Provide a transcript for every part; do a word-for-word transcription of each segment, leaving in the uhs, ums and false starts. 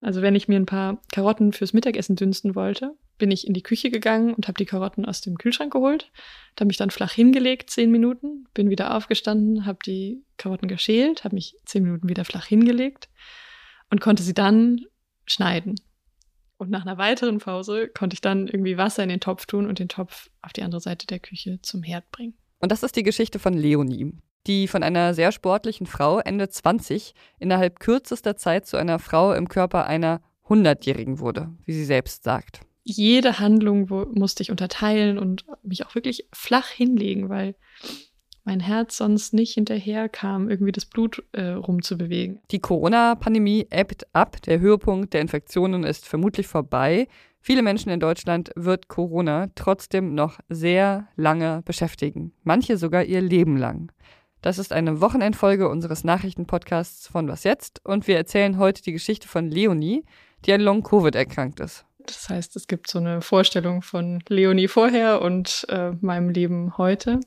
Also wenn ich mir ein paar Karotten fürs Mittagessen dünsten wollte, bin ich in die Küche gegangen und habe die Karotten aus dem Kühlschrank geholt, habe mich dann flach hingelegt, zehn Minuten, bin wieder aufgestanden, habe die Karotten geschält, habe mich zehn Minuten wieder flach hingelegt und konnte sie dann schneiden. Und nach einer weiteren Pause konnte ich dann irgendwie Wasser in den Topf tun und den Topf auf die andere Seite der Küche zum Herd bringen. Und das ist die Geschichte von Leonie, die von einer sehr sportlichen Frau Ende zwanzig innerhalb kürzester Zeit zu einer Frau im Körper einer hundertjährigen wurde, wie sie selbst sagt. Jede Handlung wo, musste ich unterteilen und mich auch wirklich flach hinlegen, weil mein Herz sonst nicht hinterher kam, irgendwie das Blut äh, rumzubewegen. Die Corona-Pandemie ebbt ab, der Höhepunkt der Infektionen ist vermutlich vorbei. Viele Menschen in Deutschland wird Corona trotzdem noch sehr lange beschäftigen, manche sogar ihr Leben lang. Das ist eine Wochenendfolge unseres Nachrichtenpodcasts von Was Jetzt und wir erzählen heute die Geschichte von Leonie, die an Long-Covid erkrankt ist. Das heißt, es gibt so eine Vorstellung von Leonie vorher und äh, meinem Leben heute.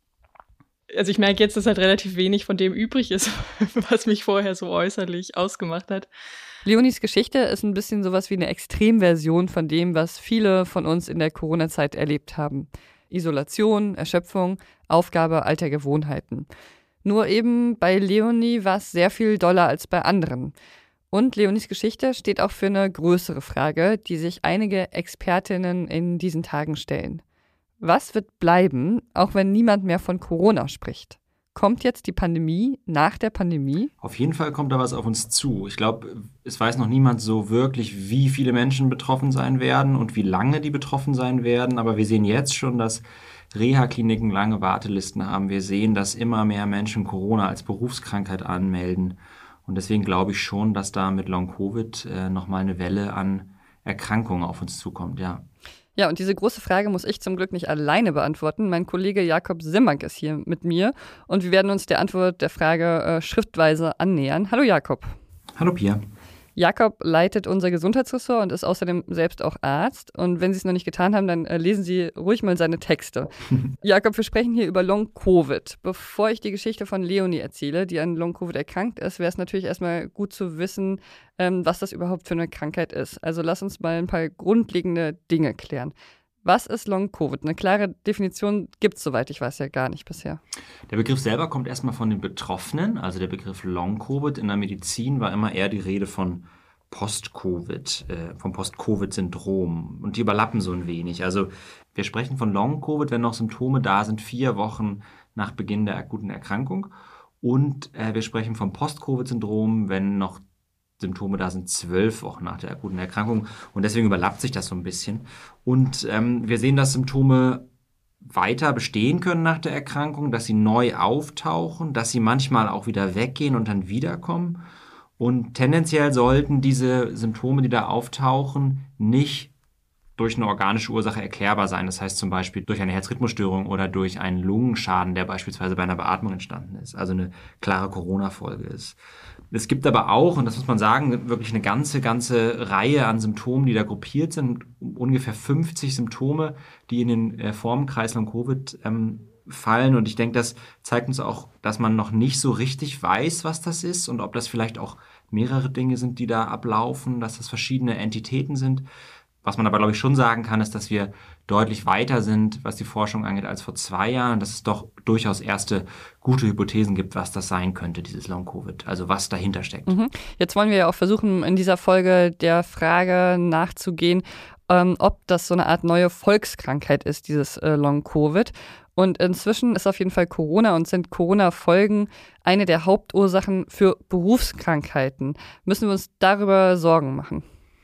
Also ich merke jetzt, dass halt relativ wenig von dem übrig ist, was mich vorher so äußerlich ausgemacht hat. Leonies Geschichte ist ein bisschen sowas wie eine Extremversion von dem, was viele von uns in der Corona-Zeit erlebt haben. Isolation, Erschöpfung, Aufgabe alter Gewohnheiten. Nur eben bei Leonie war es sehr viel doller als bei anderen. Und Leonies Geschichte steht auch für eine größere Frage, die sich einige Expertinnen in diesen Tagen stellen. Was wird bleiben, auch wenn niemand mehr von Corona spricht? Kommt jetzt die Pandemie nach der Pandemie? Auf jeden Fall kommt da was auf uns zu. Ich glaube, es weiß noch niemand so wirklich, wie viele Menschen betroffen sein werden und wie lange die betroffen sein werden. Aber wir sehen jetzt schon, dass Reha-Kliniken lange Wartelisten haben. Wir sehen, dass immer mehr Menschen Corona als Berufskrankheit anmelden. Und deswegen glaube ich schon, dass da mit Long-Covid äh, nochmal eine Welle an Erkrankungen auf uns zukommt, ja. Ja, und diese große Frage muss ich zum Glück nicht alleine beantworten. Mein Kollege Jakob Simmank ist hier mit mir und wir werden uns der Antwort der Frage äh, schriftweise annähern. Hallo Jakob. Hallo Pia. Jakob leitet unser Gesundheitsressort und ist außerdem selbst auch Arzt. Und wenn Sie es noch nicht getan haben, dann äh, lesen Sie ruhig mal seine Texte. Jakob, wir sprechen hier über Long-Covid. Bevor ich die Geschichte von Leonie erzähle, die an Long-Covid erkrankt ist, wäre es natürlich erstmal gut zu wissen, ähm, was das überhaupt für eine Krankheit ist. Also lass uns mal ein paar grundlegende Dinge klären. Was ist Long-Covid? Eine klare Definition gibt es, soweit ich weiß, ja gar nicht bisher. Der Begriff selber kommt erstmal von den Betroffenen. Also der Begriff Long-Covid in der Medizin war immer eher die Rede von Post-Covid, äh, vom Post-Covid-Syndrom. Und die überlappen so ein wenig. Also wir sprechen von Long-Covid, wenn noch Symptome da sind, vier Wochen nach Beginn der akuten Erkrankung. Und äh, wir sprechen vom Post-Covid-Syndrom, wenn noch Symptome da sind, zwölf Wochen nach der akuten Erkrankung. Und deswegen überlappt sich das so ein bisschen. Und ähm, wir sehen, dass Symptome weiter bestehen können nach der Erkrankung, dass sie neu auftauchen, dass sie manchmal auch wieder weggehen und dann wiederkommen. Und tendenziell sollten diese Symptome, die da auftauchen, nicht durch eine organische Ursache erklärbar sein. Das heißt zum Beispiel durch eine Herzrhythmusstörung oder durch einen Lungenschaden, der beispielsweise bei einer Beatmung entstanden ist. Also eine klare Corona-Folge ist. Es gibt aber auch, und das muss man sagen, wirklich eine ganze, ganze Reihe an Symptomen, die da gruppiert sind. Ungefähr fünfzig Symptome, die in den äh, Formenkreis Long-Covid ähm, fallen. Und ich denke, das zeigt uns auch, dass man noch nicht so richtig weiß, was das ist und ob das vielleicht auch mehrere Dinge sind, die da ablaufen, dass das verschiedene Entitäten sind. Was man aber, glaube ich, schon sagen kann, ist, dass wir deutlich weiter sind, was die Forschung angeht, als vor zwei Jahren. Dass es doch durchaus erste gute Hypothesen gibt, was das sein könnte, dieses Long-Covid. Also was dahinter steckt. Mhm. Jetzt wollen wir ja auch versuchen, in dieser Folge der Frage nachzugehen, ähm, ob das so eine Art neue Volkskrankheit ist, dieses äh, Long-Covid. Und inzwischen ist auf jeden Fall Corona und sind Corona-Folgen eine der Hauptursachen für Berufskrankheiten. Müssen wir uns darüber Sorgen machen?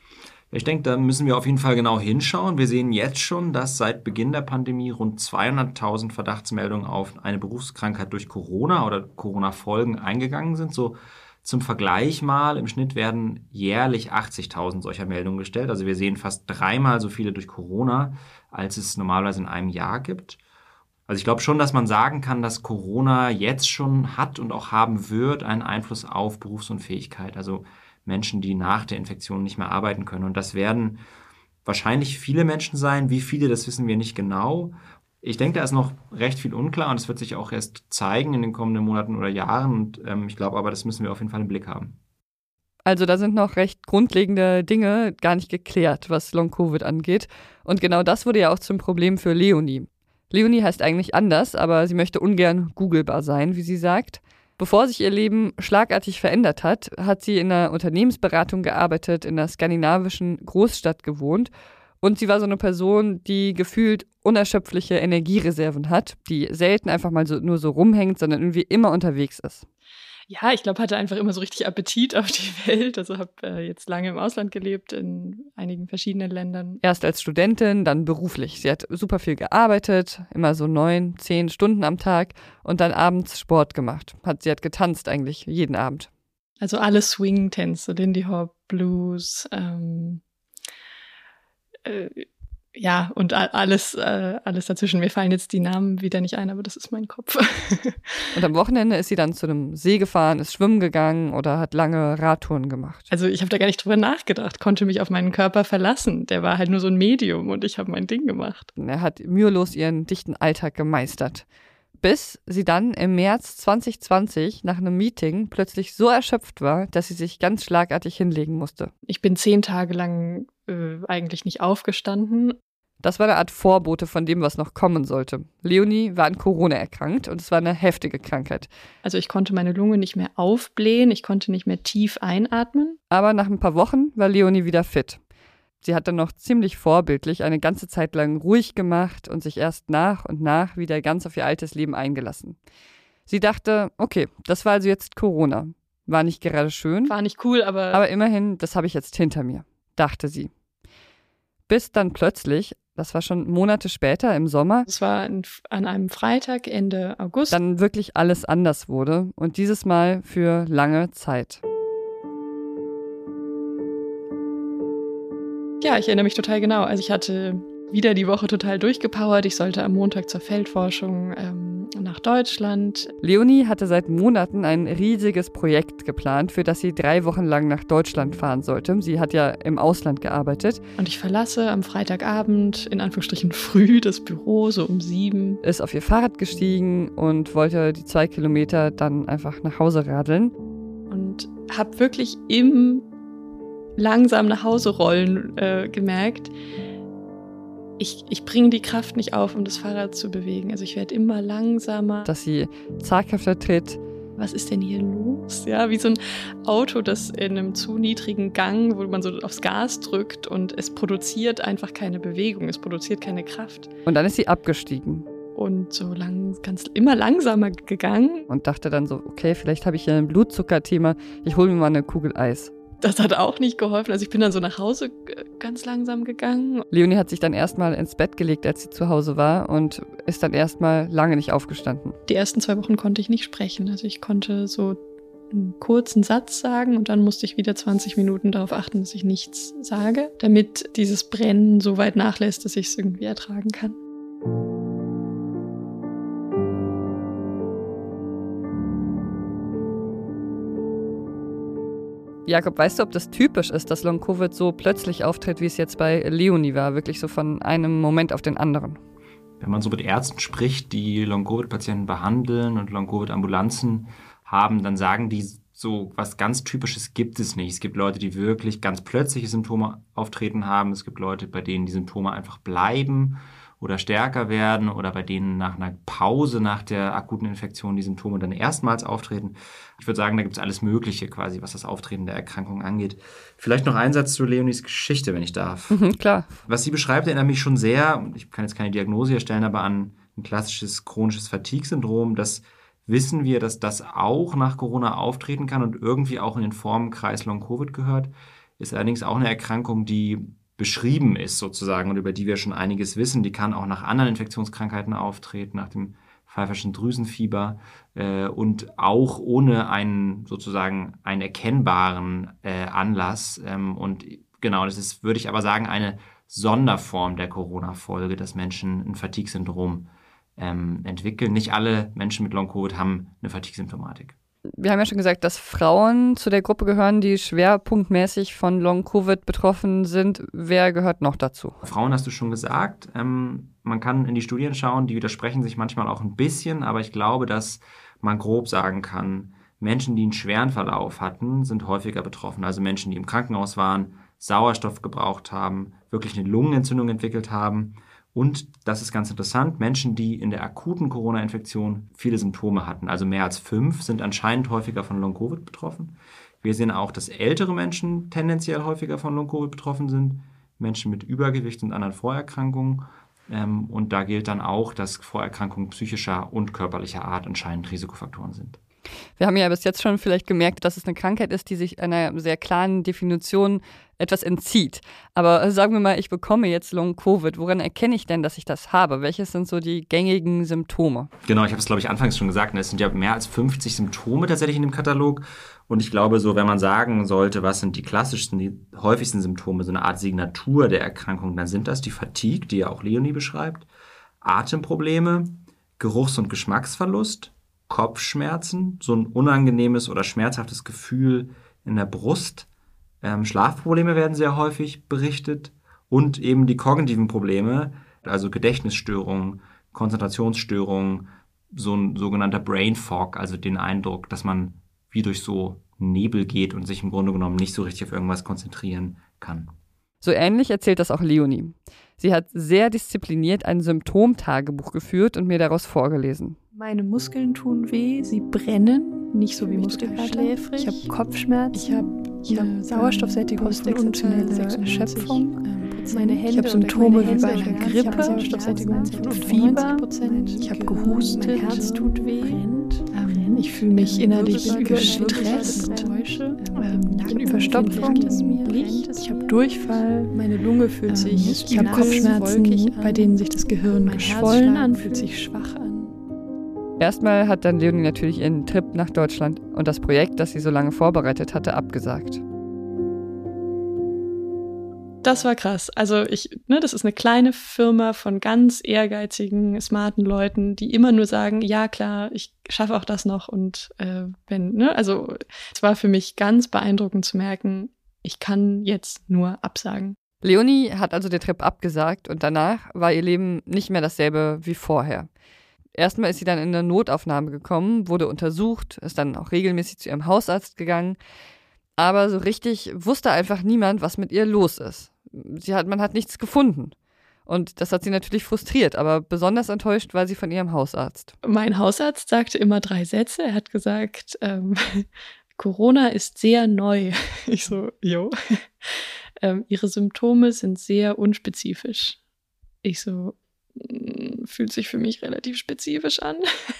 Ich denke, da müssen wir auf jeden Fall genau hinschauen. Wir sehen jetzt schon, dass seit Beginn der Pandemie rund zweihunderttausend Verdachtsmeldungen auf eine Berufskrankheit durch Corona oder Corona-Folgen eingegangen sind. So zum Vergleich mal, im Schnitt werden jährlich achtzigtausend solcher Meldungen gestellt. Also wir sehen fast dreimal so viele durch Corona, als es normalerweise in einem Jahr gibt. Also ich glaube schon, dass man sagen kann, dass Corona jetzt schon hat und auch haben wird einen Einfluss auf Berufsunfähigkeit. Also Menschen, die nach der Infektion nicht mehr arbeiten können. Und das werden wahrscheinlich viele Menschen sein. Wie viele, das wissen wir nicht genau. Ich denke, da ist noch recht viel unklar und es wird sich auch erst zeigen in den kommenden Monaten oder Jahren. Und ähm, ich glaube aber, das müssen wir auf jeden Fall im Blick haben. Also da sind noch recht grundlegende Dinge gar nicht geklärt, was Long-Covid angeht. Und genau das wurde ja auch zum Problem für Leonie. Leonie heißt eigentlich anders, aber sie möchte ungern googlebar sein, wie sie sagt. Bevor sich ihr Leben schlagartig verändert hat, hat sie in einer Unternehmensberatung gearbeitet, in einer skandinavischen Großstadt gewohnt. Und sie war so eine Person, die gefühlt unerschöpfliche Energiereserven hat, die selten einfach mal so, nur so rumhängt, sondern irgendwie immer unterwegs ist. Ja, ich glaube, hatte einfach immer so richtig Appetit auf die Welt. Also habe äh, jetzt lange im Ausland gelebt, in einigen verschiedenen Ländern. Erst als Studentin, dann beruflich. Sie hat super viel gearbeitet, immer so neun, zehn Stunden am Tag und dann abends Sport gemacht. Hat, sie hat getanzt eigentlich jeden Abend. Also alle Swing-Tänze, Lindy Hop, Blues, ähm, äh, ja, und alles, äh, alles dazwischen. Mir fallen jetzt die Namen wieder nicht ein, aber das ist mein Kopf. Und am Wochenende ist sie dann zu einem See gefahren, ist schwimmen gegangen oder hat lange Radtouren gemacht. Also ich habe da gar nicht drüber nachgedacht, konnte mich auf meinen Körper verlassen. Der war halt nur so ein Medium und ich habe mein Ding gemacht. Er hat mühelos ihren dichten Alltag gemeistert. Bis sie dann im März zwanzig zwanzig nach einem Meeting plötzlich so erschöpft war, dass sie sich ganz schlagartig hinlegen musste. Ich bin zehn Tage lang äh, eigentlich nicht aufgestanden. Das war eine Art Vorbote von dem, was noch kommen sollte. Leonie war an Corona erkrankt und es war eine heftige Krankheit. Also ich konnte meine Lunge nicht mehr aufblähen, ich konnte nicht mehr tief einatmen. Aber nach ein paar Wochen war Leonie wieder fit. Sie hat dann noch ziemlich vorbildlich eine ganze Zeit lang ruhig gemacht und sich erst nach und nach wieder ganz auf ihr altes Leben eingelassen. Sie dachte, okay, das war also jetzt Corona. War nicht gerade schön. War nicht cool, aber... Aber immerhin, das habe ich jetzt hinter mir, dachte sie. Bis dann plötzlich, das war schon Monate später im Sommer, es war an einem Freitag Ende August, dann wirklich alles anders wurde und dieses Mal für lange Zeit. Ja, ich erinnere mich total genau. Also ich hatte wieder die Woche total durchgepowert. Ich sollte am Montag zur Feldforschung ähm, nach Deutschland. Leonie hatte seit Monaten ein riesiges Projekt geplant, für das sie drei Wochen lang nach Deutschland fahren sollte. Sie hat ja im Ausland gearbeitet. Und ich verlasse am Freitagabend, in Anführungsstrichen früh, das Büro, so um sieben. Ist auf ihr Fahrrad gestiegen und wollte die zwei Kilometer dann einfach nach Hause radeln. Und habe wirklich im langsam nach Hause rollen äh, gemerkt, ich, ich bringe die Kraft nicht auf, um das Fahrrad zu bewegen. Also ich werde immer langsamer. Dass sie zaghafter tritt. Was ist denn hier los? Ja, wie so ein Auto, das in einem zu niedrigen Gang, wo man so aufs Gas drückt und es produziert einfach keine Bewegung, es produziert keine Kraft. Und dann ist sie abgestiegen. Und so lang, ganz immer langsamer gegangen. Und dachte dann so, okay, vielleicht habe ich hier ein Blutzuckerthema, ich hole mir mal eine Kugel Eis. Das hat auch nicht geholfen. Also ich bin dann so nach Hause ganz langsam gegangen. Leonie hat sich dann erstmal ins Bett gelegt, als sie zu Hause war und ist dann erstmal lange nicht aufgestanden. Die ersten zwei Wochen konnte ich nicht sprechen. Also ich konnte so einen kurzen Satz sagen und dann musste ich wieder zwanzig Minuten darauf achten, dass ich nichts sage, damit dieses Brennen so weit nachlässt, dass ich es irgendwie ertragen kann. Jakob, weißt du, ob das typisch ist, dass Long-Covid so plötzlich auftritt, wie es jetzt bei Leonie war, wirklich so von einem Moment auf den anderen? Wenn man so mit Ärzten spricht, die Long-Covid-Patienten behandeln und Long-Covid-Ambulanzen haben, dann sagen die, so was ganz Typisches gibt es nicht. Es gibt Leute, die wirklich ganz plötzliche Symptome auftreten haben. Es gibt Leute, bei denen die Symptome einfach bleiben oder stärker werden oder bei denen nach einer Pause nach der akuten Infektion die Symptome dann erstmals auftreten. Ich würde sagen, da gibt es alles Mögliche quasi, was das Auftreten der Erkrankung angeht. Vielleicht noch ein Satz zu Leonies Geschichte, wenn ich darf. Mhm, klar. Was sie beschreibt, erinnert mich schon sehr, ich kann jetzt keine Diagnose herstellen, aber an ein klassisches chronisches Fatigue-Syndrom. Das wissen wir, dass das auch nach Corona auftreten kann und irgendwie auch in den Formenkreis Long-Covid gehört. Ist allerdings auch eine Erkrankung, die beschrieben ist sozusagen und über die wir schon einiges wissen. Die kann auch nach anderen Infektionskrankheiten auftreten, nach dem pfeiferschen Drüsenfieber äh, und auch ohne einen sozusagen einen erkennbaren äh, Anlass. Ähm, und genau, das ist, würde ich aber sagen, eine Sonderform der Corona-Folge, dass Menschen ein Fatigue-Syndrom ähm, entwickeln. Nicht alle Menschen mit Long-Covid haben eine Fatigue-Symptomatik. Wir haben ja schon gesagt, dass Frauen zu der Gruppe gehören, die schwerpunktmäßig von Long-Covid betroffen sind. Wer gehört noch dazu? Frauen hast du schon gesagt. Ähm, man kann in die Studien schauen, die widersprechen sich manchmal auch ein bisschen, aber ich glaube, dass man grob sagen kann, Menschen, die einen schweren Verlauf hatten, sind häufiger betroffen. Also Menschen, die im Krankenhaus waren, Sauerstoff gebraucht haben, wirklich eine Lungenentzündung entwickelt haben. Und, das ist ganz interessant, Menschen, die in der akuten Corona-Infektion viele Symptome hatten, also mehr als fünf, sind anscheinend häufiger von Long-Covid betroffen. Wir sehen auch, dass ältere Menschen tendenziell häufiger von Long-Covid betroffen sind, Menschen mit Übergewicht und anderen Vorerkrankungen. Ähm, und da gilt dann auch, dass Vorerkrankungen psychischer und körperlicher Art anscheinend Risikofaktoren sind. Wir haben ja bis jetzt schon vielleicht gemerkt, dass es eine Krankheit ist, die sich einer sehr klaren Definition etwas entzieht. Aber sagen wir mal, ich bekomme jetzt Long-Covid. Woran erkenne ich denn, dass ich das habe? Welches sind so die gängigen Symptome? Genau, ich habe es, glaube ich, anfangs schon gesagt. Es sind ja mehr als fünfzig Symptome tatsächlich in dem Katalog. Und ich glaube, so, wenn man sagen sollte, was sind die klassischsten, die häufigsten Symptome, so eine Art Signatur der Erkrankung, dann sind das die Fatigue, die ja auch Leonie beschreibt, Atemprobleme, Geruchs- und Geschmacksverlust, Kopfschmerzen, so ein unangenehmes oder schmerzhaftes Gefühl in der Brust. Ähm, Schlafprobleme werden sehr häufig berichtet und eben die kognitiven Probleme, also Gedächtnisstörungen, Konzentrationsstörungen, so ein sogenannter Brain Fog, also den Eindruck, dass man wie durch so Nebel geht und sich im Grunde genommen nicht so richtig auf irgendwas konzentrieren kann. So ähnlich erzählt das auch Leonie. Sie hat sehr diszipliniert ein Symptomtagebuch geführt und mir daraus vorgelesen. Meine Muskeln tun weh, sie brennen, nicht so wie Muskelkater. Ich habe Kopfschmerzen, ich habe ich hab Sauerstoffsättigung und Erschöpfung. Meine Hände ich habe Symptome wie bei einer Grippe, Stoffsättigung und Fieber. Ich habe gehustet, mein Herz tut weh. Ähm, ich fühle mich innerlich gestresst. Ähm, ich habe Verstopfung, ich habe Durchfall. Meine Lunge fühlt sich, ich habe Kopfschmerzen, bei denen sich das Gehirn geschwollen anfühlt, sich schwach an. Erstmal hat dann Leonie natürlich ihren Trip nach Deutschland und das Projekt, das sie so lange vorbereitet hatte, abgesagt. Das war krass. Also ich, ne, das ist eine kleine Firma von ganz ehrgeizigen, smarten Leuten, die immer nur sagen, ja klar, ich schaffe auch das noch. Und äh, wenn, ne, also es war für mich ganz beeindruckend zu merken, ich kann jetzt nur absagen. Leonie hat also den Trip abgesagt und danach war ihr Leben nicht mehr dasselbe wie vorher. Erstmal ist sie dann in eine Notaufnahme gekommen, wurde untersucht, ist dann auch regelmäßig zu ihrem Hausarzt gegangen. Aber so richtig wusste einfach niemand, was mit ihr los ist. Sie hat, man hat nichts gefunden. Und das hat sie natürlich frustriert, aber besonders enttäuscht war sie von ihrem Hausarzt. Mein Hausarzt sagte immer drei Sätze. Er hat gesagt, ähm, Corona ist sehr neu. Ich so, jo. ähm, ihre Symptome sind sehr unspezifisch. Ich so, fühlt sich für mich relativ spezifisch an.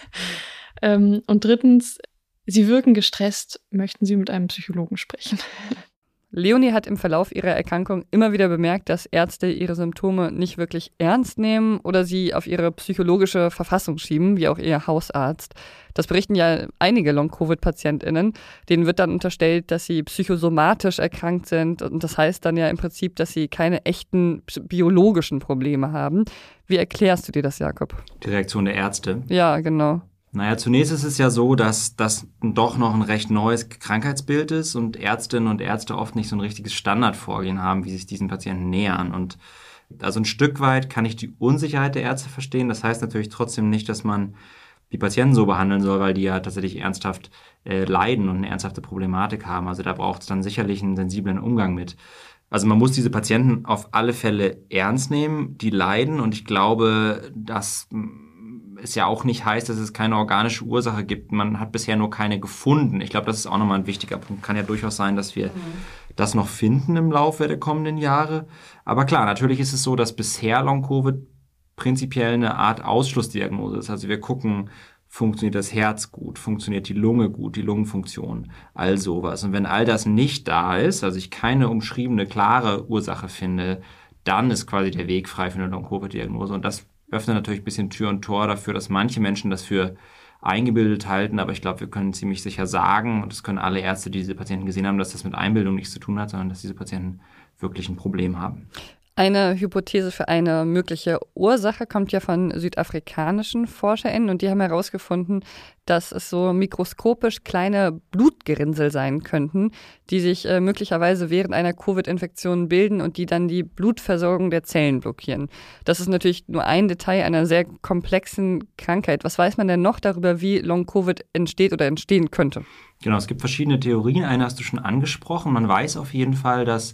ähm, und drittens, Sie wirken gestresst, möchten Sie mit einem Psychologen sprechen? Leonie hat im Verlauf ihrer Erkrankung immer wieder bemerkt, dass Ärzte ihre Symptome nicht wirklich ernst nehmen oder sie auf ihre psychologische Verfassung schieben, wie auch ihr Hausarzt. Das berichten ja einige Long-Covid-PatientInnen. Denen wird dann unterstellt, dass sie psychosomatisch erkrankt sind. Und das heißt dann ja im Prinzip, dass sie keine echten biologischen Probleme haben. Wie erklärst du dir das, Jakob? Die Reaktion der Ärzte? Ja, genau. Naja, zunächst ist es ja so, dass das doch noch ein recht neues Krankheitsbild ist und Ärztinnen und Ärzte oft nicht so ein richtiges Standardvorgehen haben, wie sich diesen Patienten nähern. Und also ein Stück weit kann ich die Unsicherheit der Ärzte verstehen. Das heißt natürlich trotzdem nicht, dass man die Patienten so behandeln soll, weil die ja tatsächlich ernsthaft äh, leiden und eine ernsthafte Problematik haben. Also da braucht es dann sicherlich einen sensiblen Umgang mit. Also man muss diese Patienten auf alle Fälle ernst nehmen, die leiden. Und ich glaube, dass es ja auch nicht heißt, dass es keine organische Ursache gibt. Man hat bisher nur keine gefunden. Ich glaube, das ist auch nochmal ein wichtiger Punkt. Kann ja durchaus sein, dass wir mhm. das noch finden im Laufe der kommenden Jahre. Aber klar, natürlich ist es so, dass bisher Long-Covid prinzipiell eine Art Ausschlussdiagnose ist. Also wir gucken, funktioniert das Herz gut, funktioniert die Lunge gut, die Lungenfunktion, all sowas. Und wenn all das nicht da ist, also ich keine umschriebene, klare Ursache finde, dann ist quasi der Weg frei für eine Long-Covid-Diagnose. Und das öffnet natürlich ein bisschen Tür und Tor dafür, dass manche Menschen das für eingebildet halten. Aber ich glaube, wir können ziemlich sicher sagen, und das können alle Ärzte, die diese Patienten gesehen haben, dass das mit Einbildung nichts zu tun hat, sondern dass diese Patienten wirklich ein Problem haben. Eine Hypothese für eine mögliche Ursache kommt ja von südafrikanischen ForscherInnen und die haben herausgefunden, dass es so mikroskopisch kleine Blutgerinnsel sein könnten, die sich äh, möglicherweise während einer Covid-Infektion bilden und die dann die Blutversorgung der Zellen blockieren. Das ist natürlich nur ein Detail einer sehr komplexen Krankheit. Was weiß man denn noch darüber, wie Long-Covid entsteht oder entstehen könnte? Genau, es gibt verschiedene Theorien. Eine hast du schon angesprochen. Man weiß auf jeden Fall, dass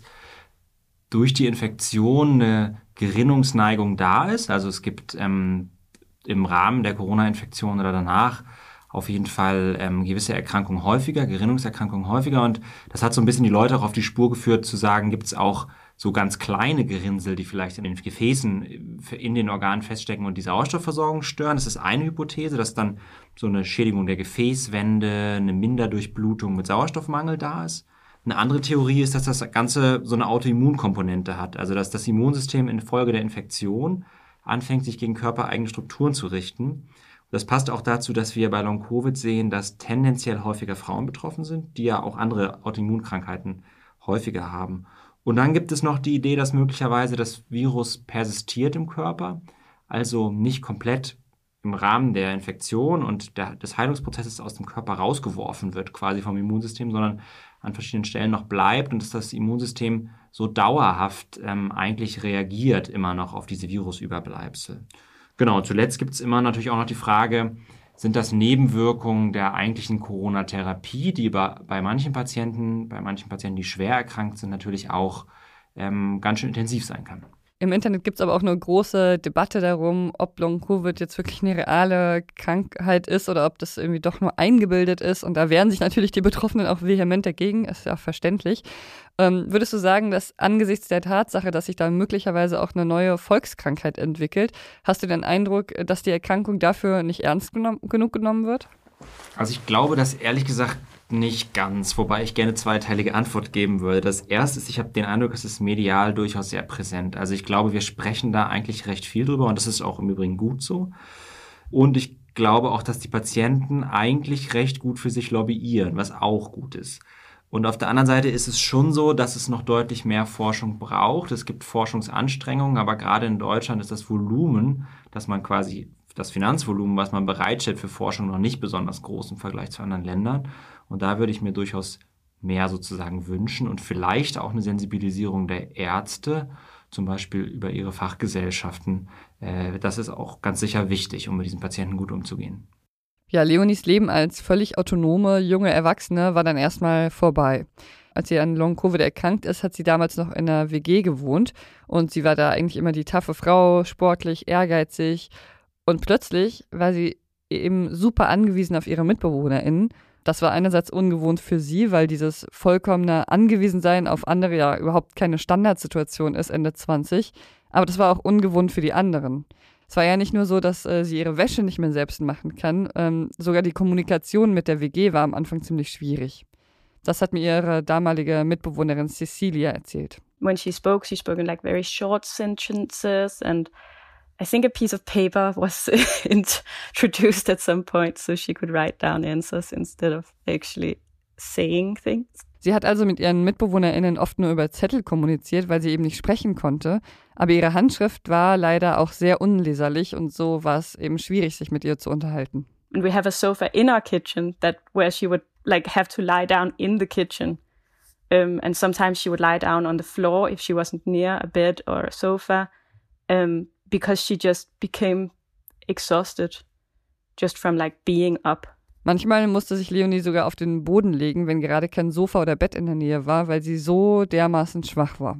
durch die Infektion eine Gerinnungsneigung da ist. Also es gibt ähm, im Rahmen der Corona-Infektion oder danach auf jeden Fall ähm, gewisse Erkrankungen häufiger, Gerinnungserkrankungen häufiger. Und das hat so ein bisschen die Leute auch auf die Spur geführt, zu sagen, gibt es auch so ganz kleine Gerinnsel, die vielleicht in den Gefäßen in den Organen feststecken und die Sauerstoffversorgung stören. Das ist eine Hypothese, dass dann so eine Schädigung der Gefäßwände, eine Minderdurchblutung mit Sauerstoffmangel da ist. Eine andere Theorie ist, dass das Ganze so eine Autoimmunkomponente hat, also dass das Immunsystem infolge der Infektion anfängt, sich gegen körpereigene Strukturen zu richten. Das passt auch dazu, dass wir bei Long-Covid sehen, dass tendenziell häufiger Frauen betroffen sind, die ja auch andere Autoimmunkrankheiten häufiger haben. Und dann gibt es noch die Idee, dass möglicherweise das Virus persistiert im Körper, also nicht komplett im Rahmen der Infektion und der, des Heilungsprozesses aus dem Körper rausgeworfen wird, quasi vom Immunsystem, sondern an verschiedenen Stellen noch bleibt und dass das Immunsystem so dauerhaft ähm, eigentlich reagiert immer noch auf diese Virusüberbleibsel. Genau, zuletzt gibt es immer natürlich auch noch die Frage, sind das Nebenwirkungen der eigentlichen Corona-Therapie, die bei, bei manchen Patienten, bei manchen Patienten, die schwer erkrankt sind, natürlich auch ähm, ganz schön intensiv sein kann. Im Internet gibt es aber auch eine große Debatte darum, ob Long-Covid jetzt wirklich eine reale Krankheit ist oder ob das irgendwie doch nur eingebildet ist. Und da wehren sich natürlich die Betroffenen auch vehement dagegen, ist ja auch verständlich. Ähm, würdest du sagen, dass angesichts der Tatsache, dass sich da möglicherweise auch eine neue Volkskrankheit entwickelt, hast du den Eindruck, dass die Erkrankung dafür nicht ernst genommen, genug genommen wird? Also ich glaube, dass ehrlich gesagt nicht ganz, wobei ich gerne zweiteilige Antwort geben würde. Das erste ist, ich habe den Eindruck, es ist medial durchaus sehr präsent. Also ich glaube, wir sprechen da eigentlich recht viel drüber und das ist auch im Übrigen gut so. Und ich glaube auch, dass die Patienten eigentlich recht gut für sich lobbyieren, was auch gut ist. Und auf der anderen Seite ist es schon so, dass es noch deutlich mehr Forschung braucht. Es gibt Forschungsanstrengungen, aber gerade in Deutschland ist das Volumen, dass man quasi das Finanzvolumen, was man bereitstellt für Forschung, noch nicht besonders groß im Vergleich zu anderen Ländern. Und da würde ich mir durchaus mehr sozusagen wünschen und vielleicht auch eine Sensibilisierung der Ärzte, zum Beispiel über ihre Fachgesellschaften. Das ist auch ganz sicher wichtig, um mit diesen Patienten gut umzugehen. Ja, Leonies Leben als völlig autonome junge Erwachsene war dann erstmal vorbei. Als sie an Long-Covid erkrankt ist, hat sie damals noch in einer W G gewohnt und sie war da eigentlich immer die taffe Frau, sportlich, ehrgeizig. Und plötzlich war sie eben super angewiesen auf ihre MitbewohnerInnen. Das war einerseits ungewohnt für sie, weil dieses vollkommene Angewiesensein auf andere ja überhaupt keine Standardsituation ist, Ende zwanzig. Aber das war auch ungewohnt für die anderen. Es war ja nicht nur so, dass äh, sie ihre Wäsche nicht mehr selbst machen kann. Ähm, sogar die Kommunikation mit der W G war am Anfang ziemlich schwierig. Das hat mir ihre damalige Mitbewohnerin Cecilia erzählt. When she spoke, she spoke in like very short sentences and I think a piece of paper was introduced at some point so she could write down answers instead of actually saying things. Sie hat also mit ihren MitbewohnerInnen oft nur über Zettel kommuniziert, weil sie eben nicht sprechen konnte. Aber ihre Handschrift war leider auch sehr unleserlich und so war es eben schwierig, sich mit ihr zu unterhalten. And we have a sofa in our kitchen that where she would like have to lie down in the kitchen. Um, and sometimes she would lie down on the floor if she wasn't near a bed or a sofa. Um, because she just became exhausted just from like being up. Manchmal musste sich Leonie sogar auf den Boden legen, wenn gerade kein Sofa oder Bett in der Nähe war, weil sie so dermaßen schwach war.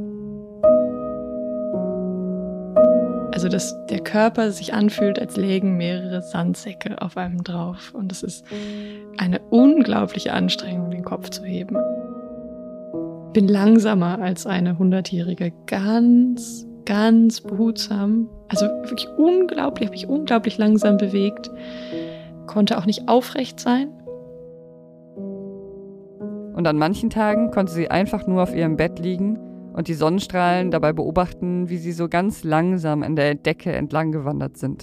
Also, dass der Körper sich anfühlt, als lägen mehrere Sandsäcke auf einem drauf. Und es ist eine unglaubliche Anstrengung, den Kopf zu heben. Ich bin langsamer als eine hundertjährige, ganz ganz behutsam, also wirklich unglaublich, habe ich unglaublich langsam bewegt, konnte auch nicht aufrecht sein. Und an manchen Tagen konnte sie einfach nur auf ihrem Bett liegen und die Sonnenstrahlen dabei beobachten, wie sie so ganz langsam an der Decke entlang gewandert sind.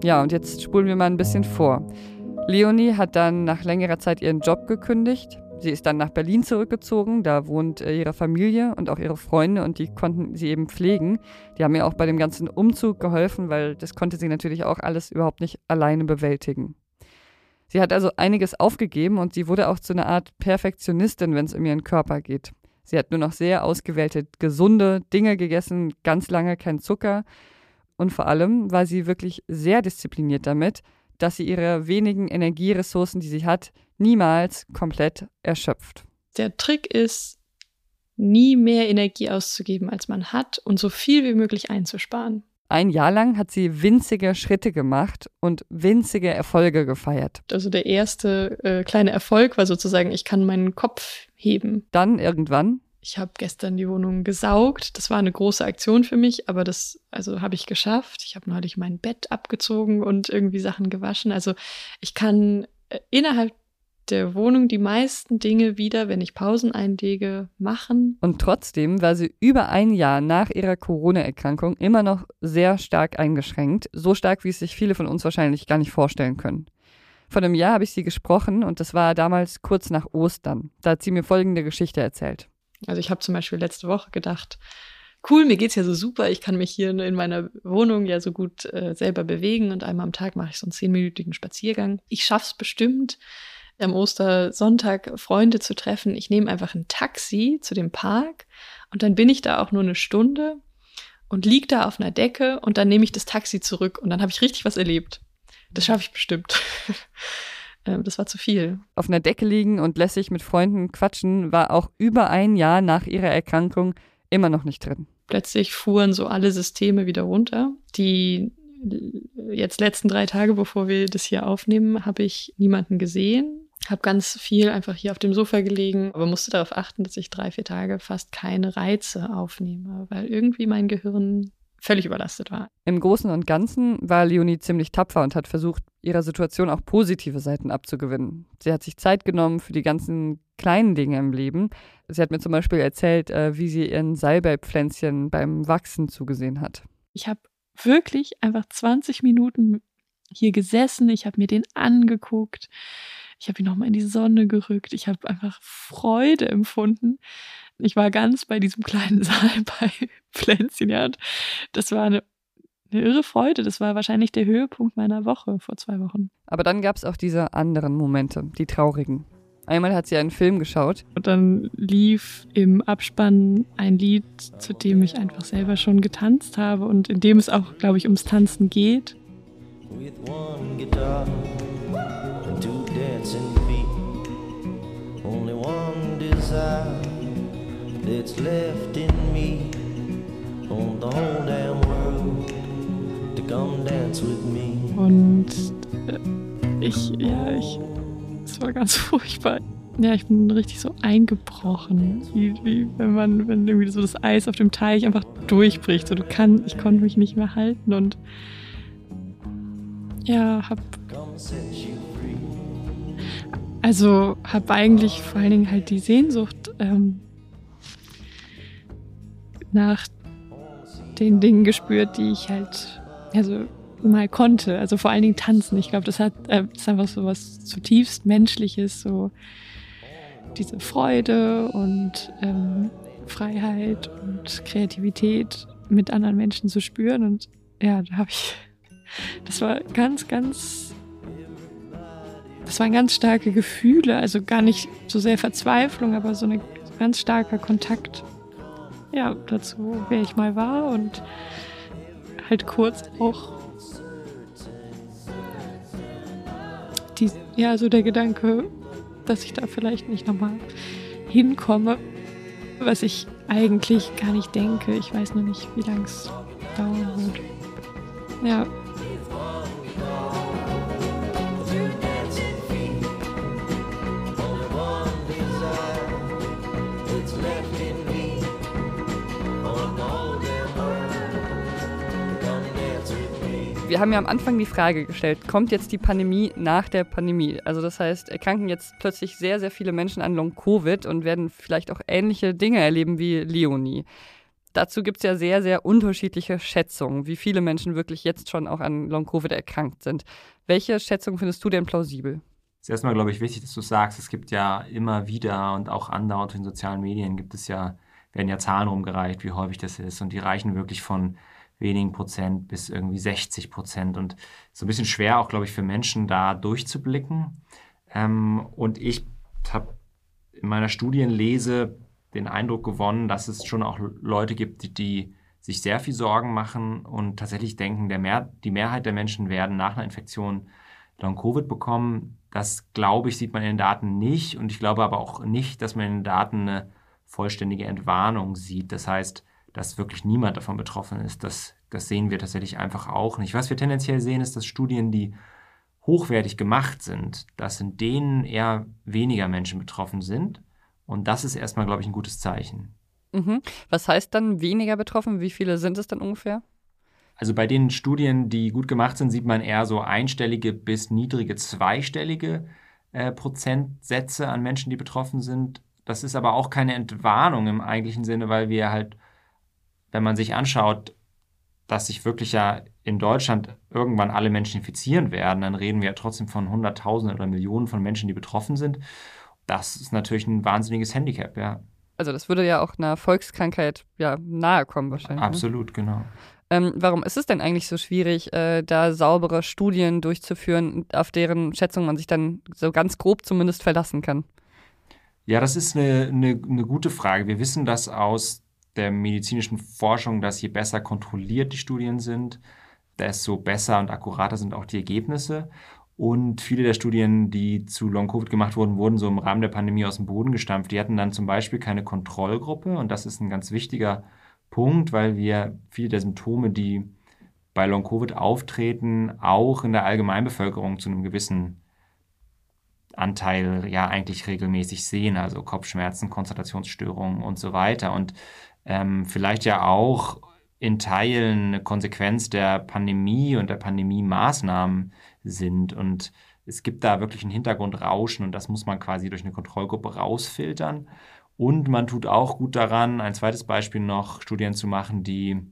Ja, und jetzt spulen wir mal ein bisschen vor. Leonie hat dann nach längerer Zeit ihren Job gekündigt. Sie ist dann nach Berlin zurückgezogen, da wohnt äh, ihre Familie und auch ihre Freunde und die konnten sie eben pflegen. Die haben ihr auch bei dem ganzen Umzug geholfen, weil das konnte sie natürlich auch alles überhaupt nicht alleine bewältigen. Sie hat also einiges aufgegeben und sie wurde auch zu einer Art Perfektionistin, wenn es um ihren Körper geht. Sie hat nur noch sehr ausgewählte, gesunde Dinge gegessen, ganz lange kein Zucker. Und vor allem war sie wirklich sehr diszipliniert damit, dass sie ihre wenigen Energieressourcen, die sie hat, niemals komplett erschöpft. Der Trick ist, nie mehr Energie auszugeben, als man hat und so viel wie möglich einzusparen. Ein Jahr lang hat sie winzige Schritte gemacht und winzige Erfolge gefeiert. Also der erste äh, kleine Erfolg war sozusagen, ich kann meinen Kopf heben. Dann irgendwann. Ich habe gestern die Wohnung gesaugt. Das war eine große Aktion für mich, aber das also habe ich geschafft. Ich habe neulich mein Bett abgezogen und irgendwie Sachen gewaschen. Also ich kann äh, innerhalb der Wohnung die meisten Dinge wieder, wenn ich Pausen einlege, machen. Und trotzdem war sie über ein Jahr nach ihrer Corona-Erkrankung immer noch sehr stark eingeschränkt. So stark, wie es sich viele von uns wahrscheinlich gar nicht vorstellen können. Vor einem Jahr habe ich sie gesprochen und das war damals kurz nach Ostern. Da hat sie mir folgende Geschichte erzählt. Also ich habe zum Beispiel letzte Woche gedacht, cool, mir geht's ja so super, ich kann mich hier in meiner Wohnung ja so gut äh, selber bewegen und einmal am Tag mache ich so einen zehnminütigen Spaziergang. Ich schaff's bestimmt, am Ostersonntag Freunde zu treffen. Ich nehme einfach ein Taxi zu dem Park und dann bin ich da auch nur eine Stunde und lieg da auf einer Decke und dann nehme ich das Taxi zurück und dann habe ich richtig was erlebt. Das schaffe ich bestimmt. Das war zu viel. Auf einer Decke liegen und lässig mit Freunden quatschen war auch über ein Jahr nach ihrer Erkrankung immer noch nicht drin. Plötzlich fuhren so alle Systeme wieder runter. Die jetzt letzten drei Tage, bevor wir das hier aufnehmen, habe ich niemanden gesehen. Habe ganz viel einfach hier auf dem Sofa gelegen, aber musste darauf achten, dass ich drei, vier Tage fast keine Reize aufnehme, weil irgendwie mein Gehirn völlig überlastet war. Im Großen und Ganzen war Leonie ziemlich tapfer und hat versucht, ihrer Situation auch positive Seiten abzugewinnen. Sie hat sich Zeit genommen für die ganzen kleinen Dinge im Leben. Sie hat mir zum Beispiel erzählt, wie sie ihren Salbeipflänzchen beim Wachsen zugesehen hat. Ich habe wirklich einfach zwanzig Minuten hier gesessen. Ich habe mir den angeguckt. Ich habe ihn nochmal in die Sonne gerückt. Ich habe einfach Freude empfunden. Ich war ganz bei diesem kleinen Salbeipflänzchen, ja. Und das war eine, eine irre Freude. Das war wahrscheinlich der Höhepunkt meiner Woche vor zwei Wochen. Aber dann gab es auch diese anderen Momente, die traurigen. Einmal hat sie einen Film geschaut. Und dann lief im Abspann ein Lied, zu dem ich einfach selber schon getanzt habe und in dem es auch, glaube ich, ums Tanzen geht. With one guitar and two dancing feet, only one desire that's left in me, on the whole damn world to come dance with me. Und äh, ich, ja, ich, es war ganz furchtbar. Ja, ich bin richtig so eingebrochen, wie, wie wenn man, wenn irgendwie so das Eis auf dem Teich einfach durchbricht. So, du kann, ich konnte mich nicht mehr halten und ja, hab also hab eigentlich vor allen Dingen halt die Sehnsucht ähm, nach den Dingen gespürt, die ich halt also mal konnte. Also vor allen Dingen tanzen. Ich glaube, das hat äh, das ist einfach so was zutiefst Menschliches, so diese Freude und ähm, Freiheit und Kreativität mit anderen Menschen zu spüren. Und ja, da habe ich Das war ganz, ganz, das waren ganz starke Gefühle, also gar nicht so sehr Verzweiflung, aber so ein ganz starker Kontakt, ja, dazu, wer ich mal war und halt kurz auch die, ja, so der Gedanke, dass ich da vielleicht nicht nochmal hinkomme, was ich eigentlich gar nicht denke. Ich weiß nur nicht, wie lange es dauern wird. Ja. Wir haben ja am Anfang die Frage gestellt, kommt jetzt die Pandemie nach der Pandemie? Also das heißt, erkranken jetzt plötzlich sehr, sehr viele Menschen an Long-Covid und werden vielleicht auch ähnliche Dinge erleben wie Leonie. Dazu gibt es ja sehr, sehr unterschiedliche Schätzungen, wie viele Menschen wirklich jetzt schon auch an Long-Covid erkrankt sind. Welche Schätzung findest du denn plausibel? Es ist erstmal, glaube ich, wichtig, dass du sagst, es gibt ja immer wieder und auch andauernd in sozialen Medien gibt es ja, werden ja Zahlen rumgereicht, wie häufig das ist. Und die reichen wirklich von wenigen Prozent bis irgendwie sechzig Prozent. Und so ein bisschen schwer auch, glaube ich, für Menschen da durchzublicken. Ähm, und ich habe in meiner Studienlese den Eindruck gewonnen, dass es schon auch Leute gibt, die, die sich sehr viel Sorgen machen und tatsächlich denken, der Mehr, die Mehrheit der Menschen werden nach einer Infektion Long-Covid bekommen. Das, glaube ich, sieht man in den Daten nicht. Und ich glaube aber auch nicht, dass man in den Daten eine vollständige Entwarnung sieht. Das heißt, dass wirklich niemand davon betroffen ist. Das, das sehen wir tatsächlich einfach auch nicht. Was wir tendenziell sehen, ist, dass Studien, die hochwertig gemacht sind, dass in denen eher weniger Menschen betroffen sind. Und das ist erstmal, glaube ich, ein gutes Zeichen. Mhm. Was heißt dann weniger betroffen? Wie viele sind es dann ungefähr? Also bei den Studien, die gut gemacht sind, sieht man eher so einstellige bis niedrige zweistellige äh, Prozentsätze an Menschen, die betroffen sind. Das ist aber auch keine Entwarnung im eigentlichen Sinne, weil wir halt, wenn man sich anschaut, dass sich wirklich ja in Deutschland irgendwann alle Menschen infizieren werden, dann reden wir ja trotzdem von Hunderttausenden oder Millionen von Menschen, die betroffen sind. Das ist natürlich ein wahnsinniges Handicap, ja. Also das würde ja auch einer Volkskrankheit ja, nahe kommen wahrscheinlich. Absolut, ne? Genau. Ähm, warum ist es denn eigentlich so schwierig, äh, da saubere Studien durchzuführen, auf deren Schätzung man sich dann so ganz grob zumindest verlassen kann? Ja, das ist eine, eine, eine gute Frage. Wir wissen das aus der medizinischen Forschung, dass je besser kontrolliert die Studien sind, desto besser und akkurater sind auch die Ergebnisse. Und viele der Studien, die zu Long-Covid gemacht wurden, wurden so im Rahmen der Pandemie aus dem Boden gestampft. Die hatten dann zum Beispiel keine Kontrollgruppe. Und das ist ein ganz wichtiger Punkt, weil wir viele der Symptome, die bei Long-Covid auftreten, auch in der Allgemeinbevölkerung zu einem gewissen Anteil ja eigentlich regelmäßig sehen. Also Kopfschmerzen, Konzentrationsstörungen und so weiter. Und ähm, vielleicht ja auch in Teilen eine Konsequenz der Pandemie und der Pandemie-Maßnahmen sind. Und es gibt da wirklich ein Hintergrundrauschen und das muss man quasi durch eine Kontrollgruppe rausfiltern. Und man tut auch gut daran, ein zweites Beispiel noch, Studien zu machen, die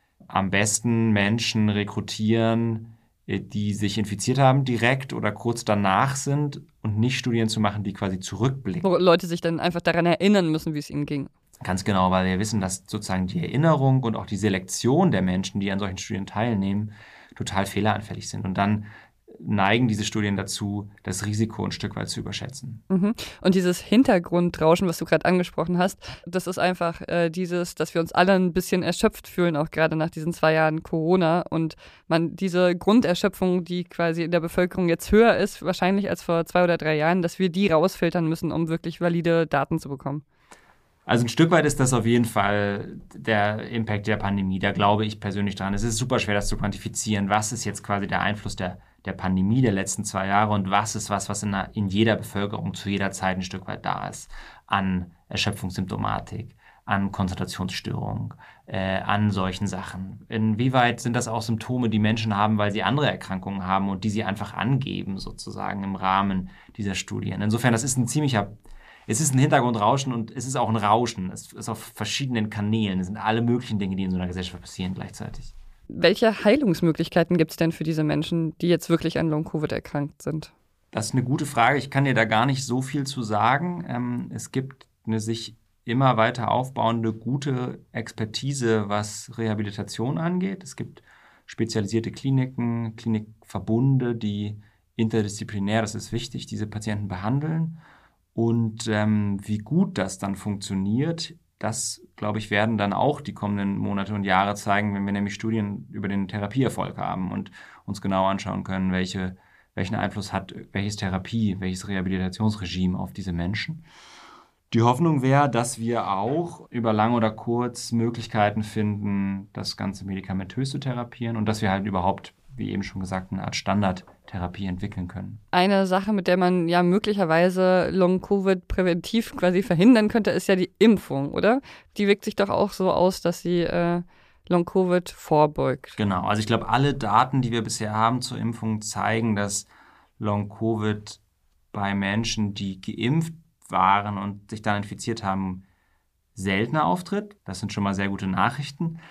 am besten Menschen rekrutieren, die sich infiziert haben, direkt oder kurz danach sind und nicht Studien zu machen, die quasi zurückblicken. Wo Leute sich dann einfach daran erinnern müssen, wie es ihnen ging. Ganz genau, weil wir wissen, dass sozusagen die Erinnerung und auch die Selektion der Menschen, die an solchen Studien teilnehmen, total fehleranfällig sind. Und dann neigen diese Studien dazu, das Risiko ein Stück weit zu überschätzen. Mhm. Und dieses Hintergrundrauschen, was du gerade angesprochen hast, das ist einfach äh, dieses, dass wir uns alle ein bisschen erschöpft fühlen, auch gerade nach diesen zwei Jahren Corona. Und man diese Grunderschöpfung, die quasi in der Bevölkerung jetzt höher ist, wahrscheinlich als vor zwei oder drei Jahren, dass wir die rausfiltern müssen, um wirklich valide Daten zu bekommen. Also ein Stück weit ist das auf jeden Fall der Impact der Pandemie. Da glaube ich persönlich dran. Es ist super schwer, das zu quantifizieren. Was ist jetzt quasi der Einfluss der, der Pandemie der letzten zwei Jahre und was ist was, was in, einer, in jeder Bevölkerung zu jeder Zeit ein Stück weit da ist an Erschöpfungssymptomatik, an Konzentrationsstörung, äh, an solchen Sachen. Inwieweit sind das auch Symptome, die Menschen haben, weil sie andere Erkrankungen haben und die sie einfach angeben, sozusagen im Rahmen dieser Studien. Insofern, das ist ein ziemlicher Es ist ein Hintergrundrauschen und es ist auch ein Rauschen. Es ist auf verschiedenen Kanälen. Es sind alle möglichen Dinge, die in so einer Gesellschaft passieren gleichzeitig. Welche Heilungsmöglichkeiten gibt es denn für diese Menschen, die jetzt wirklich an Long-Covid erkrankt sind? Das ist eine gute Frage. Ich kann dir da gar nicht so viel zu sagen. Ähm, es gibt eine sich immer weiter aufbauende gute Expertise, was Rehabilitation angeht. Es gibt spezialisierte Kliniken, Klinikverbunde, die interdisziplinär, das ist wichtig, diese Patienten behandeln. Und ähm, wie gut das dann funktioniert, das, glaube ich, werden dann auch die kommenden Monate und Jahre zeigen, wenn wir nämlich Studien über den Therapieerfolg haben und uns genau anschauen können, welche, welchen Einfluss hat welches Therapie, welches Rehabilitationsregime auf diese Menschen. Die Hoffnung wäre, dass wir auch über lang oder kurz Möglichkeiten finden, das Ganze medikamentös zu therapieren und dass wir halt überhaupt, wie eben schon gesagt, eine Art Standardtherapie entwickeln können. Eine Sache, mit der man ja möglicherweise Long-Covid präventiv quasi verhindern könnte, ist ja die Impfung, oder? Die wirkt sich doch auch so aus, dass sie äh, Long-Covid vorbeugt. Genau, also ich glaube, alle Daten, die wir bisher haben zur Impfung, zeigen, dass Long-Covid bei Menschen, die geimpft waren und sich dann infiziert haben, seltener auftritt. Das sind schon mal sehr gute Nachrichten.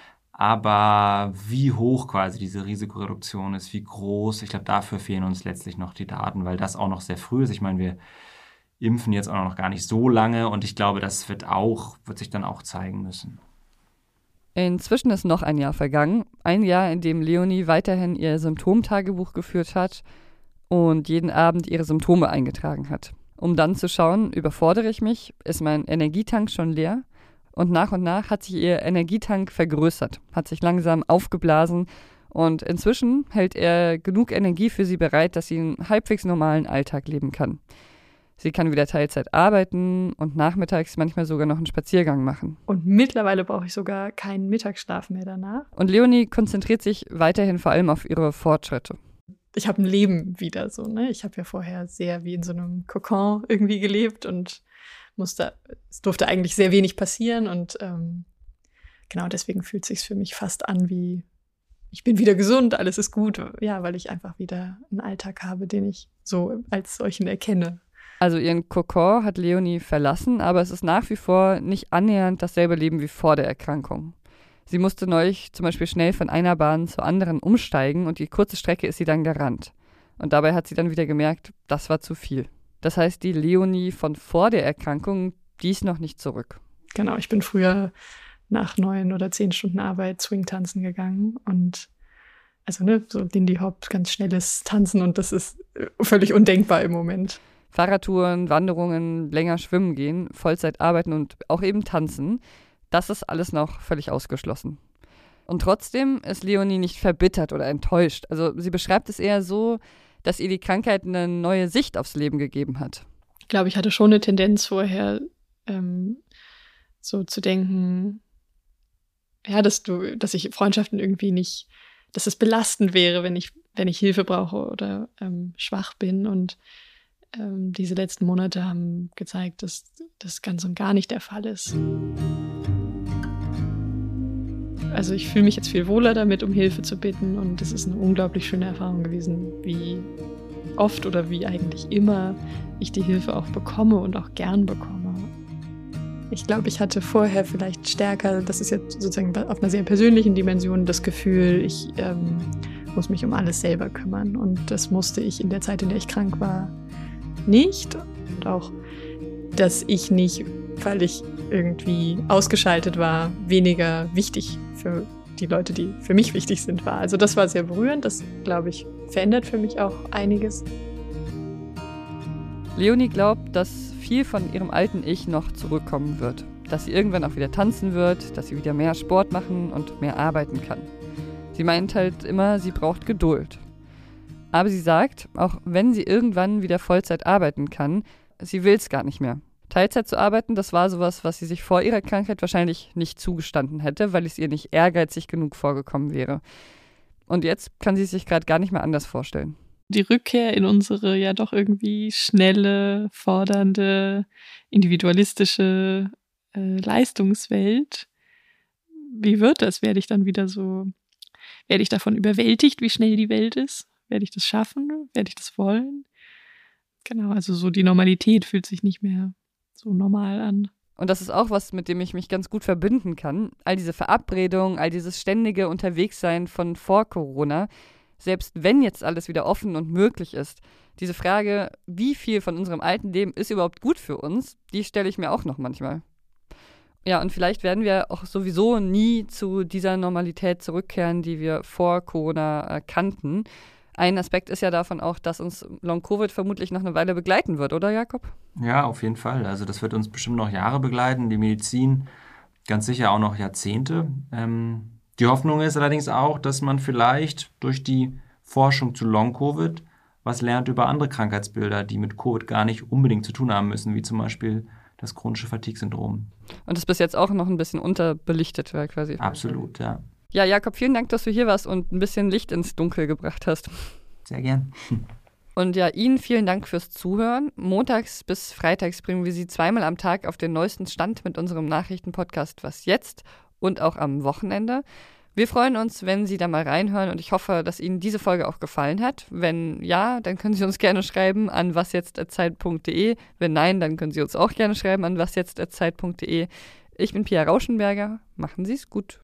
Aber wie hoch quasi diese Risikoreduktion ist, wie groß, ich glaube, dafür fehlen uns letztlich noch die Daten, weil das auch noch sehr früh ist. Ich meine, wir impfen jetzt auch noch gar nicht so lange und ich glaube, das wird auch, wird sich dann auch zeigen müssen. Inzwischen ist noch ein Jahr vergangen. Ein Jahr, in dem Leonie weiterhin ihr Symptomtagebuch geführt hat und jeden Abend ihre Symptome eingetragen hat. Um dann zu schauen, überfordere ich mich, ist mein Energietank schon leer? Und nach und nach hat sich ihr Energietank vergrößert, hat sich langsam aufgeblasen und inzwischen hält er genug Energie für sie bereit, dass sie einen halbwegs normalen Alltag leben kann. Sie kann wieder Teilzeit arbeiten und nachmittags manchmal sogar noch einen Spaziergang machen. Und mittlerweile brauche ich sogar keinen Mittagsschlaf mehr danach. Und Leonie konzentriert sich weiterhin vor allem auf ihre Fortschritte. Ich habe ein Leben wieder so, ne? Ich habe ja vorher sehr wie in so einem Kokon irgendwie gelebt und musste, es durfte eigentlich sehr wenig passieren und ähm, genau deswegen fühlt es sich für mich fast an wie, ich bin wieder gesund, alles ist gut, ja, weil ich einfach wieder einen Alltag habe, den ich so als solchen erkenne. Also ihren Kokon hat Leonie verlassen, aber es ist nach wie vor nicht annähernd dasselbe Leben wie vor der Erkrankung. Sie musste neulich zum Beispiel schnell von einer Bahn zur anderen umsteigen und die kurze Strecke ist sie dann gerannt. Und dabei hat sie dann wieder gemerkt, das war zu viel. Das heißt, die Leonie von vor der Erkrankung, die ist noch nicht zurück. Genau, ich bin früher nach neun oder zehn Stunden Arbeit Swing-Tanzen gegangen und also ne, so Lindy Hop, ganz schnelles Tanzen und das ist völlig undenkbar im Moment. Fahrradtouren, Wanderungen, länger schwimmen gehen, Vollzeit arbeiten und auch eben tanzen, das ist alles noch völlig ausgeschlossen. Und trotzdem ist Leonie nicht verbittert oder enttäuscht. Also sie beschreibt es eher so, dass ihr die Krankheit eine neue Sicht aufs Leben gegeben hat. Ich glaube, ich hatte schon eine Tendenz vorher, ähm, so zu denken, ja, dass du, dass ich Freundschaften irgendwie nicht, dass es belastend wäre, wenn ich, wenn ich Hilfe brauche oder ähm, schwach bin. Und ähm, diese letzten Monate haben gezeigt, dass das ganz und gar nicht der Fall ist. Also ich fühle mich jetzt viel wohler damit, um Hilfe zu bitten und es ist eine unglaublich schöne Erfahrung gewesen, wie oft oder wie eigentlich immer ich die Hilfe auch bekomme und auch gern bekomme. Ich glaube, ich hatte vorher vielleicht stärker, das ist jetzt sozusagen auf einer sehr persönlichen Dimension, das Gefühl, ich ähm, muss mich um alles selber kümmern und das musste ich in der Zeit, in der ich krank war, nicht. Und auch, dass ich nicht, weil ich irgendwie ausgeschaltet war, weniger wichtig für die Leute, die für mich wichtig sind, war. Also das war sehr berührend. Das, glaube ich, verändert für mich auch einiges. Leonie glaubt, dass viel von ihrem alten Ich noch zurückkommen wird. Dass sie irgendwann auch wieder tanzen wird, dass sie wieder mehr Sport machen und mehr arbeiten kann. Sie meint halt immer, sie braucht Geduld. Aber sie sagt, auch wenn sie irgendwann wieder Vollzeit arbeiten kann, sie will es gar nicht mehr. Teilzeit zu arbeiten, das war sowas, was sie sich vor ihrer Krankheit wahrscheinlich nicht zugestanden hätte, weil es ihr nicht ehrgeizig genug vorgekommen wäre. Und jetzt kann sie es sich gerade gar nicht mehr anders vorstellen. Die Rückkehr in unsere ja doch irgendwie schnelle, fordernde, individualistische äh, Leistungswelt. Wie wird das? Werde ich dann wieder so, werde ich davon überwältigt, wie schnell die Welt ist? Werde ich das schaffen? Werde ich das wollen? Genau, also so die Normalität fühlt sich nicht mehr so normal an. Und das ist auch was, mit dem ich mich ganz gut verbinden kann. All diese Verabredungen, all dieses ständige Unterwegssein von vor Corona, selbst wenn jetzt alles wieder offen und möglich ist, diese Frage, wie viel von unserem alten Leben ist überhaupt gut für uns, die stelle ich mir auch noch manchmal. Ja, und vielleicht werden wir auch sowieso nie zu dieser Normalität zurückkehren, die wir vor Corona äh, kannten. Ein Aspekt ist ja davon auch, dass uns Long-Covid vermutlich noch eine Weile begleiten wird, oder Jakob? Ja, auf jeden Fall. Also das wird uns bestimmt noch Jahre begleiten, die Medizin ganz sicher auch noch Jahrzehnte. Ähm, die Hoffnung ist allerdings auch, dass man vielleicht durch die Forschung zu Long-Covid was lernt über andere Krankheitsbilder, die mit Covid gar nicht unbedingt zu tun haben müssen, wie zum Beispiel das chronische Fatigue-Syndrom. Und das bis jetzt auch noch ein bisschen unterbelichtet war quasi. Absolut, ja. Ja, Jakob, vielen Dank, dass du hier warst und ein bisschen Licht ins Dunkel gebracht hast. Sehr gern. Und ja, Ihnen vielen Dank fürs Zuhören. Montags bis freitags bringen wir Sie zweimal am Tag auf den neuesten Stand mit unserem Nachrichtenpodcast Was jetzt und auch am Wochenende. Wir freuen uns, wenn Sie da mal reinhören und ich hoffe, dass Ihnen diese Folge auch gefallen hat. Wenn ja, dann können Sie uns gerne schreiben an wasjetzt at zeit punkt de. Wenn nein, dann können Sie uns auch gerne schreiben an wasjetzt at zeit punkt de. Ich bin Pia Rauschenberger. Machen Sie es gut.